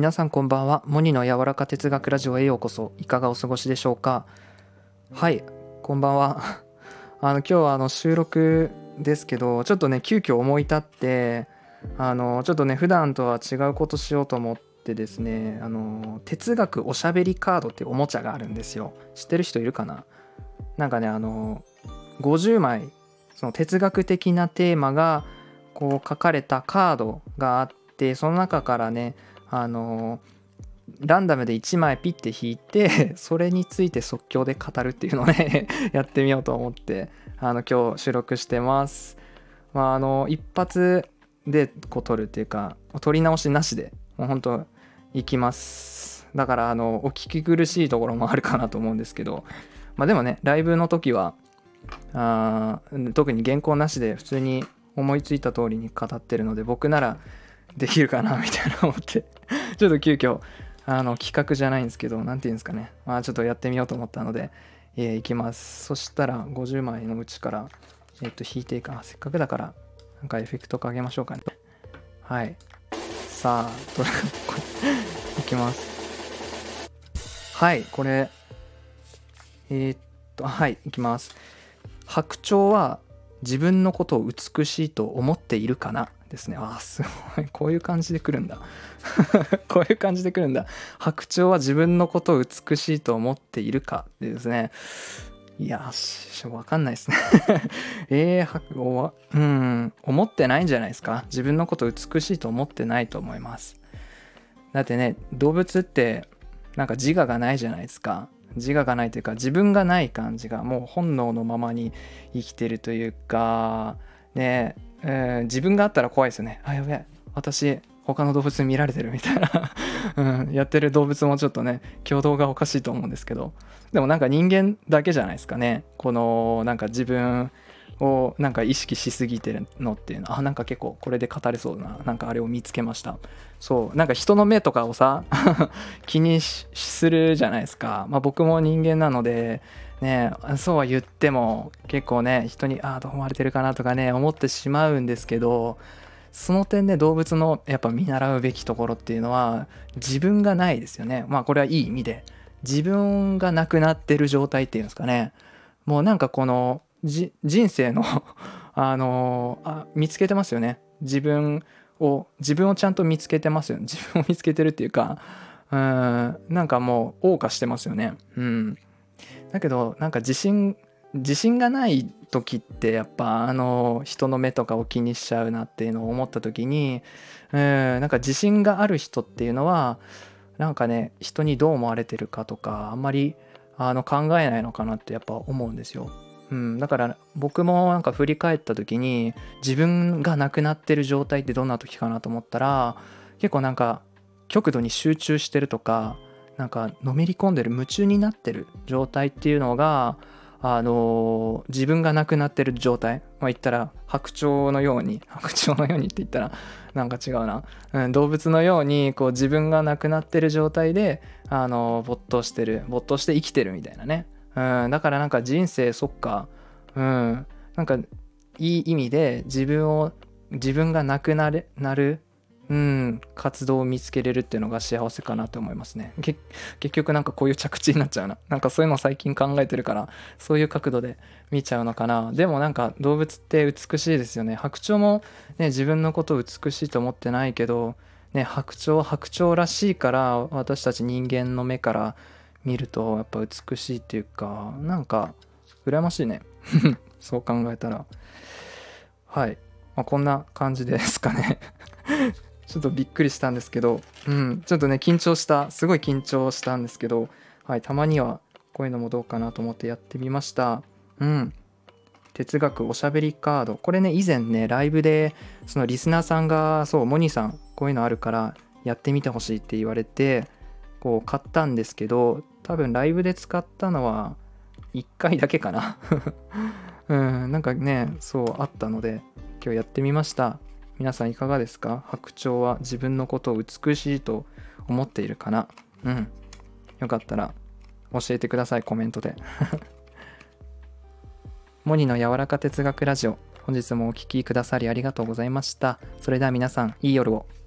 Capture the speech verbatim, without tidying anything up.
皆さんこんばんは。モニの柔らか哲学ラジオへようこそ。いかがお過ごしでしょうか。はい、こんばんは。あの今日はあの収録ですけど、ちょっとね急遽思い立ってあのちょっとね普段とは違うことしようと思ってですね、あの哲学おしゃべりカードっていうおもちゃがあるんですよ。知ってる人いるかな。なんかねあのごじゅうまいその哲学的なテーマがこう書かれたカードがあって、その中からねあのランダムでいちまいピッて引いて、それについて即興で語るっていうのをねやってみようと思ってあの今日収録してます。まああの一発でこう撮るっていうか、撮り直しなしでもうほんといきます。だからあのお聞き苦しいところもあるかなと思うんですけど、まあでもねライブの時はあ特に原稿なしで普通に思いついた通りに語ってるので、僕ならできるかなみたいな思ってちょっと急遽あの企画じゃないんですけど、なんていうんですかね、まあちょっとやってみようと思ったので、えー、いきます。そしたらごじゅうまいのうちからえっと引いていいかな。せっかくだからなんかエフェクトかけましょうかね。はい、さあどれいきます。はい、これえー、っとはいいきます。白鳥は自分のことを美しいと思っているかなですね。あーすごい、こういう感じで来るんだこういう感じで来るんだ。白鳥は自分のことを美しいと思っているかでですね。いやーわかんないですねえー、白鳥はうん思ってないんじゃないですか。自分のことを美しいと思ってないと思います。だってね動物ってなんか自我がないじゃないですか。自我がないというか自分がない感じが、もう本能のままに生きてるというかね、えー、自分があったら怖いですよね。あやべえ私他の動物に見られてるみたいな、うん、やってる動物もちょっとね挙動がおかしいと思うんですけど、でもなんか人間だけじゃないですかね、このなんか自分をなんか意識しすぎてるのっていうのは。あなんか結構これで語れそうななんかあれを見つけました。そうなんか人の目とかをさ気にするじゃないですか。まあ僕も人間なのでね、そうは言っても結構ね人にああどう思われてるかなとかね思ってしまうんですけど、その点で動物のやっぱ見習うべきところっていうのは自分がないですよね。まあこれはいい意味で自分がなくなってる状態っていうんですかね。もうなんかこのじ人生のあのあ見つけてますよね。自分を自分をちゃんと見つけてますよね。自分を見つけてるっていうか、うーんなんかもう謳歌してますよね。うんだけどなんか自信自信がない時ってやっぱあの人の目とかを気にしちゃうなっていうのを思った時に、うんなんか自信がある人っていうのはなんかね人にどう思われてるかとかあんまりあの考えないのかなってやっぱ思うんですよ。うん、だから僕もなんか振り返った時に自分がなくなってる状態ってどんな時かなと思ったら、結構なんか極度に集中してるとかなんかのめり込んでる夢中になってる状態っていうのがあのー、自分がなくなってる状態、まあ、言ったら白鳥のように白鳥のようにって言ったらなんか違うな、うん、動物のようにこう自分がなくなってる状態であのー、没頭してる没頭して生きてるみたいなね、うん、だからなんか人生そっか、うん、なんかいい意味で自分を自分がなくなれなるうん、活動を見つけれるっていうのが幸せかなと思いますね。結局なんかこういう着地になっちゃうな。なんかそういうの最近考えてるからそういう角度で見ちゃうのかな。でもなんか動物って美しいですよね。白鳥もね自分のことを美しいと思ってないけどね、白鳥は白鳥らしいから私たち人間の目から見るとやっぱ美しいっていうか、なんか羨ましいねそう考えたら。はい、まあ、こんな感じですかねちょっとびっくりしたんですけど、うん、ちょっとね緊張したすごい緊張したんですけど、はい、たまにはこういうのもどうかなと思ってやってみました。うん哲学おしゃべりカード、これね以前ねライブでそのリスナーさんがそうモニさんこういうのあるからやってみてほしいって言われてこう買ったんですけど、多分ライブで使ったのはいっかいだけかなうんなんかねそうあったので今日やってみました。皆さんいかがですか。白鳥は自分のことを美しいと思っているかな。うんよかったら教えてくださいコメントでモニの柔らか哲学ラジオ、本日もお聞きくださりありがとうございました。それでは皆さんいい夜を。